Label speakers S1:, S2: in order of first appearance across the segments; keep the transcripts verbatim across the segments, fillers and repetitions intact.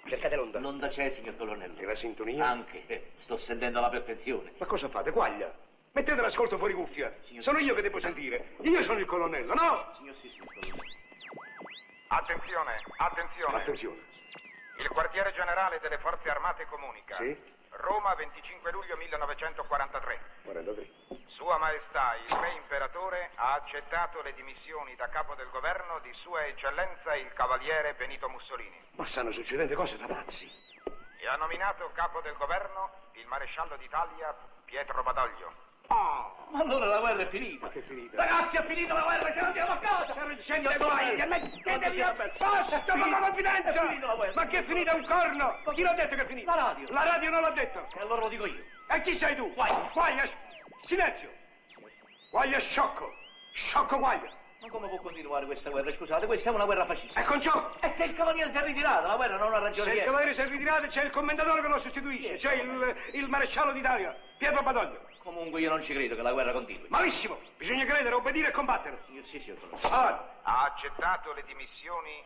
S1: Cercate l'onda.
S2: L'onda c'è, signor colonnello.
S1: E la sintonia?
S2: Anche. Eh, sto sentendo la perfezione.
S1: Ma cosa fate? Quaglia? Mettete l'ascolto fuori cuffia. Signor... Sono io che devo sentire. Io sono il colonnello, no?
S2: Signor sì, signor colonnello.
S3: Attenzione, attenzione.
S1: Attenzione.
S3: Il quartiere generale delle forze armate comunica.
S1: Sì?
S3: Roma, venticinque luglio millenovecentoquarantatré.
S1: quarantatré.
S3: Sua Maestà, il Re Imperatore, ha accettato le dimissioni da capo del governo di Sua Eccellenza il Cavaliere Benito Mussolini.
S1: Ma stanno succedendo cose da pazzi.
S3: E ha nominato capo del governo il Maresciallo d'Italia Pietro Badoglio.
S1: Oh!
S2: Ma allora la guerra è finita.
S1: Ma che è finita?
S2: Ragazzi, è finita la guerra, ce l'abbiamo a casa.
S1: Scende voi, mettetevi a cosa, sto con la confidenza.
S2: È finita la guerra.
S1: Ma che è finita un corno? Chi l'ha detto che è finita?
S2: La radio.
S1: La radio non l'ha detto.
S2: E allora lo dico io.
S1: E chi sei tu?
S2: Guaglia.
S1: Guaglia, silenzio. Guaglia sciocco. Sciocco Guaglia.
S2: Ma come può continuare questa guerra? Scusate, questa è una guerra fascista.
S1: E con ciò?
S2: E se il cavaliere si è ritirato, la guerra non ha ragione
S1: Se
S2: di
S1: il cavaliere si è ritirato c'è il commendatore che lo sostituisce, c'è il, il maresciallo d'Italia, Pietro Badoglio.
S2: Comunque io non ci credo che la guerra continui.
S1: Malissimo, bisogna credere, obbedire e combattere.
S2: Signor sì, signor colonnello.
S1: Ah,
S3: Ha accettato le dimissioni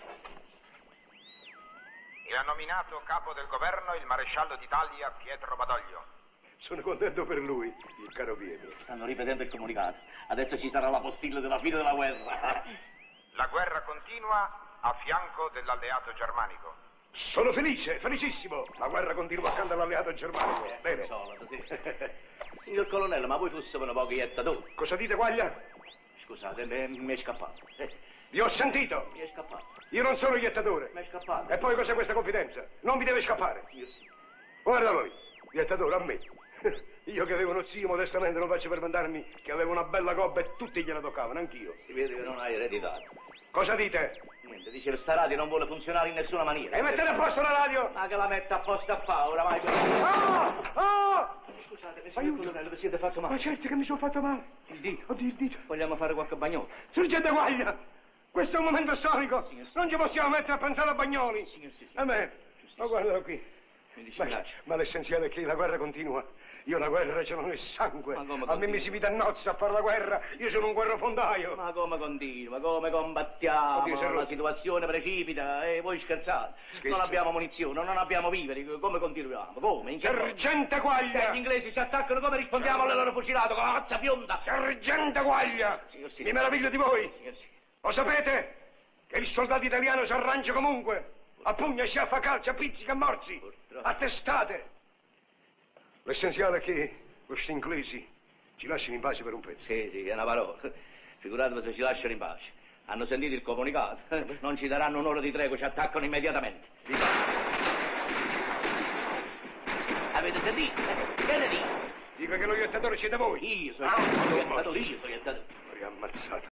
S3: e ha nominato capo del governo il Maresciallo d'Italia Pietro Badoglio.
S1: sono contento per lui, il caro Pietro.
S2: Stanno ripetendo il comunicato. Adesso ci sarà la postilla della fine della guerra.
S3: La guerra continua a fianco dell'alleato germanico.
S1: Sono felice, felicissimo. La guerra continua accanto all'alleato germanico.
S2: Eh,
S1: Bene.
S2: Solito, sì. Signor colonnello, ma voi fossero pochi iettatori.
S1: Cosa dite, Guaglia?
S2: Scusate, mi, mi è scappato. Eh,
S1: Vi ho sentito.
S2: mi è scappato.
S1: Io non sono iettatore.
S2: Mi è scappato.
S1: E poi cos'è questa confidenza? Non vi deve scappare.
S2: Io sì.
S1: Guarda voi, iettatore, a me. Io che avevo uno zio, modestamente non faccio per vantarmi, che aveva una bella gobba e tutti gliela toccavano, anch'io.
S2: Si vede che non hai ereditato.
S1: Cosa dite?
S2: Niente, dice che sta radio non vuole funzionare in nessuna maniera.
S1: E mettete a posto la radio!
S2: Ma che la metta a posto a fa, oramai.
S1: Oh! Oh!
S2: Scusate, signor
S1: Aiuto.
S2: colonnello, vi siete fatto male.
S1: Ma certo che mi sono fatto male.
S2: Il dito.
S1: Oddio, il dito.
S2: Vogliamo fare qualche bagnolo?
S1: Sergente Guaglia, questo è un momento storico.
S2: Signor sì.
S1: Non ci possiamo mettere a pensare a Bagnoli.
S2: Signor sì, sì.
S1: A me. Ma guardalo qui.
S2: Mi
S1: Ma,
S2: dispiace.
S1: ma l'essenziale è che la guerra continua. Io la guerra ce l'ho nel sangue.
S2: Ma come
S1: A me mi si dannozza a fare la guerra. Io sono un guerrafondaio.
S2: Ma come continua, come combattiamo?
S1: Oddio, se
S2: la
S1: lo-
S2: situazione precipita e voi scherzate.
S1: Scherzo.
S2: Non abbiamo munizioni, non abbiamo viveri, come continuiamo? Come? In che modo?
S1: Sergente
S2: Eh,
S1: Guaglia!
S2: Gli inglesi ci attaccano, come rispondiamo alle loro fucilate? Con la mazza bionda!
S1: Sergente Guaglia!
S2: Signor sì.
S1: Mi meraviglio di voi.
S2: Signor sì.
S1: Lo sapete? Che il soldato italiano si arrangia comunque. A pugna, sciaffa, calcia, pizzica e morsi.
S2: Purtroppo.
S1: A testate. L'essenziale è che questi inglesi ci lasciano in pace per un pezzo.
S2: Sì, sì, è una parola. Figuratevi se ci lasciano in pace. Hanno sentito il comunicato. Non ci daranno un'ora di tregua, ci attaccano immediatamente. Avete sentito? Che ne dite?
S1: Dico che lo iettatore siete voi.
S2: Io sono
S1: Ah,
S2: io,
S1: no,
S2: io, io, io, io, io, io, io,
S1: Ammazzato.